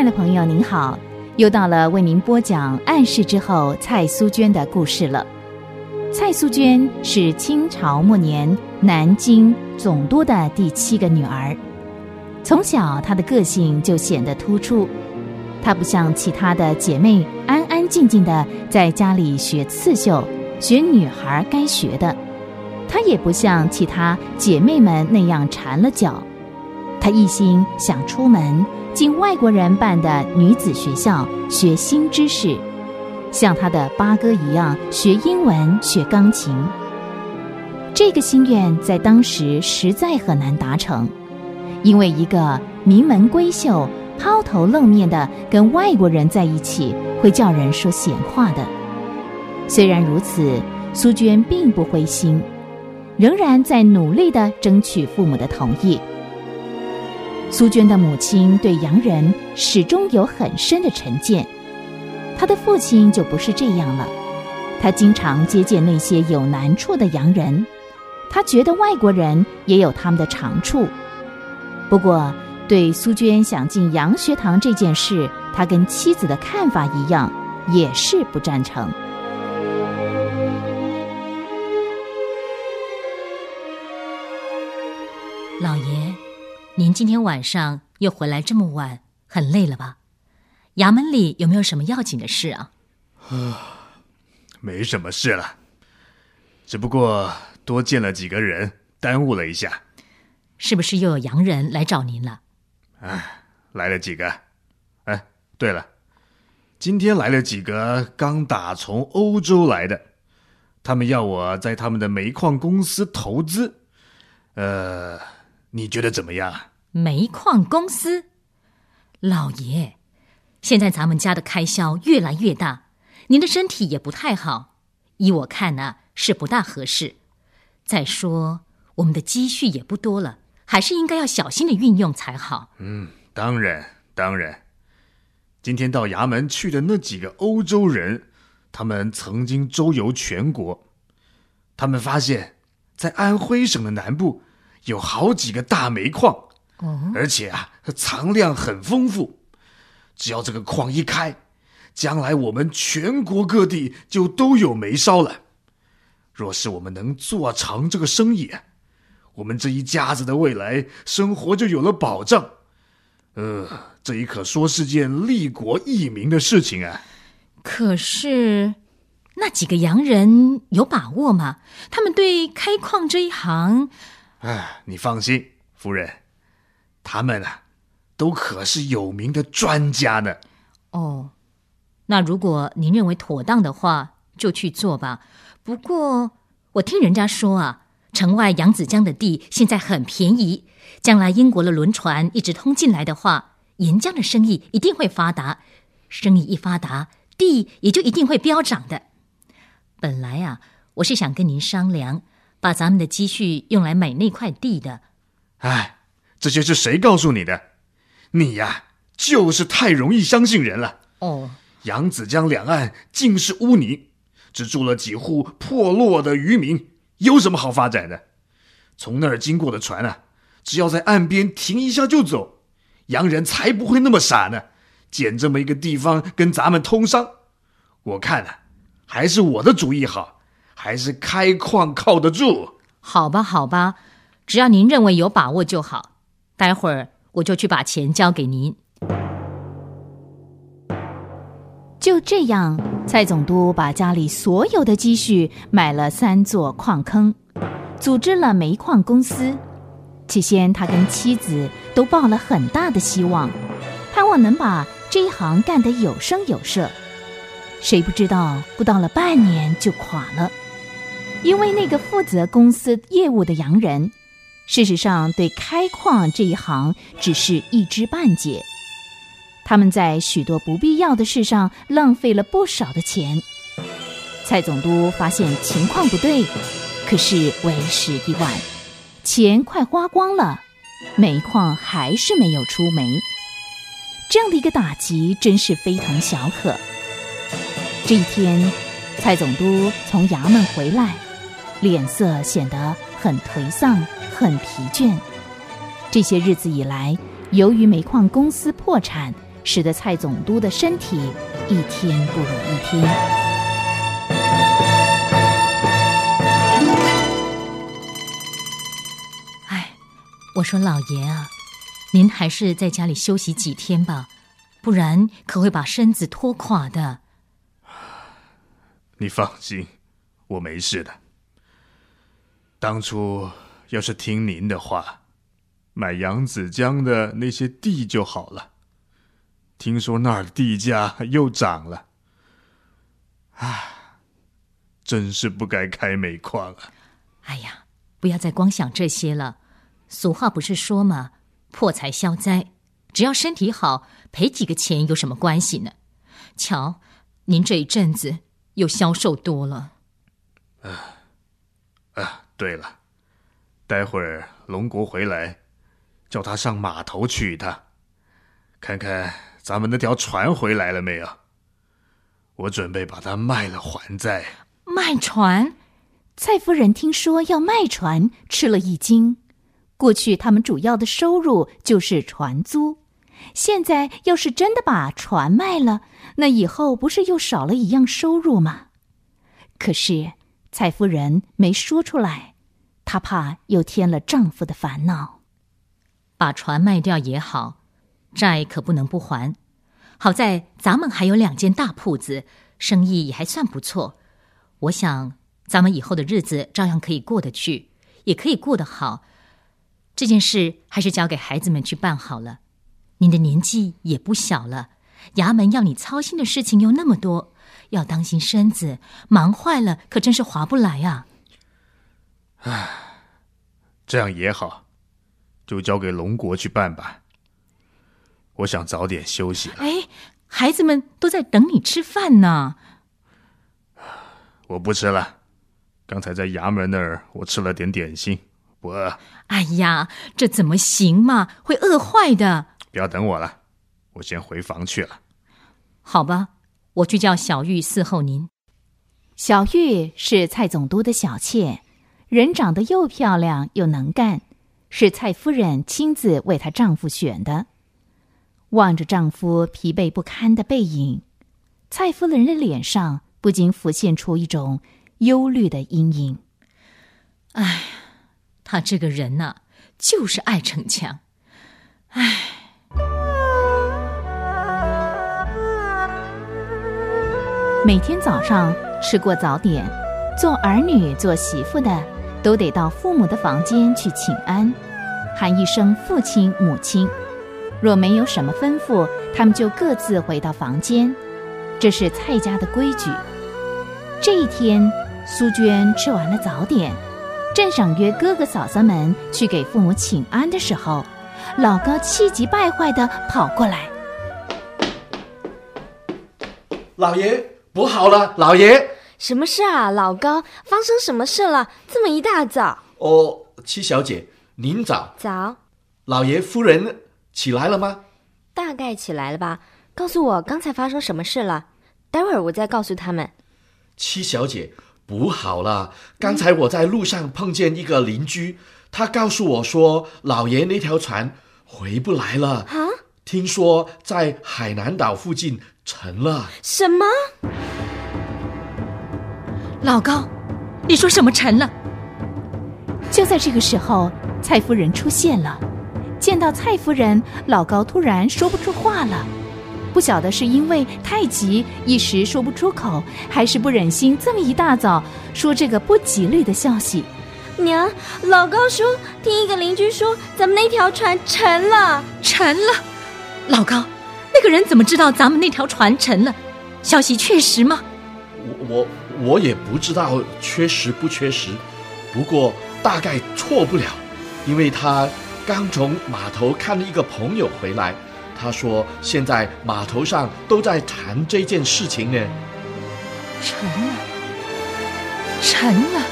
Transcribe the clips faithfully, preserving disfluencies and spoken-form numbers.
的朋友您好，又到了为您播讲暗室之后蔡苏娟的故事了。蔡苏娟是清朝末年南京总督的第七个女儿，从小她的个性就显得突出。她不像其他的姐妹安安静静的在家里学刺绣，学女孩该学的，她也不像其他姐妹们那样缠了脚。她一心想出门进外国人办的女子学校学新知识，像她的八哥一样学英文学钢琴。这个心愿在当时实在很难达成，因为一个名门闺秀抛头露面的跟外国人在一起会叫人说闲话的。虽然如此，苏娟并不灰心，仍然在努力地争取父母的同意。苏娟的母亲对洋人始终有很深的成见，她的父亲就不是这样了。他经常接见那些有难处的洋人，他觉得外国人也有他们的长处。不过对苏娟想进洋学堂这件事，他跟妻子的看法一样，也是不赞成。 老爷，您今天晚上又回来这么晚，很累了吧？衙门里有没有什么要紧的事啊？ 没什么事了，只不过多见了几个人，耽误了一下。 是不是又有洋人来找您了？ 哎，来了几个。哎，对了，今天来了几个刚打从欧洲来的，他们要我在他们的煤矿公司投资。呃，你觉得怎么样？ 煤矿公司？老爷，现在咱们家的开销越来越大，您的身体也不太好，依我看呢、啊，是不大合适。再说我们的积蓄也不多了，还是应该要小心的运用才好。 嗯，当然当然。今天到衙门去的那几个欧洲人，他们曾经周游全国，他们发现在安徽省的南部有好几个大煤矿，哦，而且啊藏量很丰富。只要这个矿一开，将来我们全国各地就都有煤烧了。若是我们能做成这个生意，我们这一家子的未来生活就有了保障。呃，这一可说是件利国益民的事情啊。 可是那几个洋人有把握吗？他们对开矿这一行…… 哎，你放心，夫人，他们啊都可是有名的专家呢。 哦，那如果您认为妥当的话，就去做吧。不过我听人家说啊，城外扬子江的地现在很便宜，将来英国的轮船一直通进来的话，沿江的生意一定会发达，生意一发达，地也就一定会飙涨的。本来啊，我是想跟您商量，把咱们的积蓄用来买那块地的。 哎，这些是谁告诉你的？你呀，就是太容易相信人了。 哦， 扬子江两岸尽是污泥，只住了几户破落的渔民，有什么好发展的？从那儿经过的船啊，只要在岸边停一下就走，洋人才不会那么傻呢，捡这么一个地方跟咱们通商。我看啊，还是我的主意好，还是开矿靠得住。 好吧好吧，只要您认为有把握就好，待会儿我就去把钱交给您。 就这样，蔡总督把家里所有的积蓄买了三座矿坑，组织了煤矿公司。起先他跟妻子都抱了很大的希望，盼望能把这一行干得有声有色。谁不知道不到了半年就垮了，因为那个负责公司业务的洋人，事实上对开矿这一行只是一知半解。他们在许多不必要的事上浪费了不少的钱。蔡总督发现情况不对，可是为时已晚，钱快花光了，煤矿还是没有出煤。这样的一个打击真是非同小可。这一天，蔡总督从衙门回来，脸色显得很颓丧，很疲倦。这些日子以来，由于煤矿公司破产， 使得蔡总督的身体一天不如一天。 哎，我说老爷啊，您还是在家里休息几天吧，不然可会把身子拖垮的。 你放心，我没事的。当初要是听您的话，买扬子江的那些地就好了。听说那儿的地价又涨了，唉，真是不该开煤矿啊！ 哎呀，不要再光想这些了。俗话不是说吗？破财消灾，只要身体好，赔几个钱有什么关系呢？瞧，您这一阵子又消瘦多了。 啊啊，对了，待会儿龙国回来，叫他上码头去一趟，看看咱们那条船回来了没有。我准备把它卖了还债。 卖船？ 蔡夫人听说要卖船，吃了一惊。过去他们主要的收入就是船租，现在要是真的把船卖了，那以后不是又少了一样收入吗？可是蔡夫人没说出来，她怕又添了丈夫的烦恼。 把船卖掉也好，债可不能不还。好在咱们还有两间大铺子，生意也还算不错。我想咱们以后的日子照样可以过得去，也可以过得好。这件事还是交给孩子们去办好了。您的年纪也不小了，衙门要你操心的事情又那么多，要当心身子，忙坏了可真是划不来啊。 唉，这样也好，就交给龙国去办吧。我想早点休息了。 哎，孩子们都在等你吃饭呢。 我不吃了，刚才在衙门那儿我吃了点点心，不饿。 哎呀，这怎么行嘛，会饿坏的。 不要等我了，我先回房去了。 好吧，我去叫小玉伺候您。 小玉是蔡总督的小妾，人长得又漂亮又能干，是蔡夫人亲自为她丈夫选的。望着丈夫疲惫不堪的背影，蔡夫人的脸上不禁浮现出一种忧虑的阴影。 哎，他这个人呐、啊，就是爱逞强。哎， 每天早上吃过早点，做儿女做媳妇的都得到父母的房间去请安，喊一声父亲母亲。若没有什么吩咐，他们就各自回到房间，这是蔡家的规矩。这一天，苏娟吃完了早点，正想约哥哥嫂嫂们去给父母请安的时候，老高气急败坏地跑过来。 老爷，不好了，老爷！ 什么事啊，老高？发生什么事了？这么一大早？ 哦，七小姐，您早。 早。 老爷夫人起来了吗？ 大概起来了吧。告诉我刚才发生什么事了，待会儿我再告诉他们。 七小姐，不好了！刚才我在路上碰见一个邻居，他告诉我说，老爷那条船回不来了。 啊？ 听说在海南岛附近沉了。 什么？ 老高，你说什么沉了？ 就在这个时候，蔡夫人出现了。见到蔡夫人，老高突然说不出话了，不晓得是因为太急一时说不出口，还是不忍心这么一大早说这个不吉利的消息。 娘，老高说听一个邻居说咱们那条船沉了。 沉了？老高，那个人怎么知道咱们那条船沉了？消息确实吗？ 我我我也不知道确实不确实，不过大概错不了，因为他刚从码头看了一个朋友回来，他说现在码头上都在谈这件事情呢。 沉了，沉了。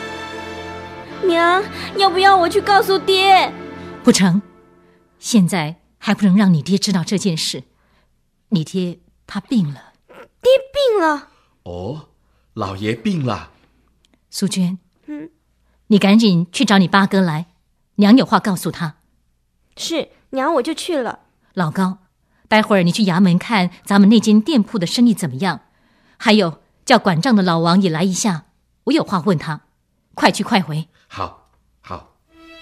娘，要不要我去告诉爹？ 不成，现在还不能让你爹知道这件事。你爹他病了。 爹病了？ 哦，老爷病了。 苏娟， 嗯， 你赶紧去找你八哥来，娘有话告诉他。 是，娘我就去了。 老高， 待会儿你去衙门看咱们那间店铺的生意怎么样，还有叫管账的老王也来一下，我有话问他。快去快回。 好，好。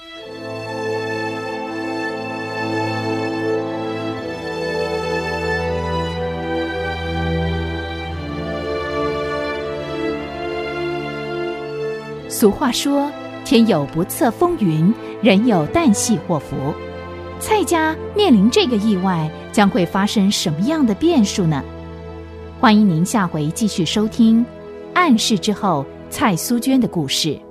俗话说，天有不测风云，人有旦夕祸福。蔡家面临这个意外，将会发生什么样的变数呢？欢迎您下回继续收听《暗示之后》蔡苏娟的故事。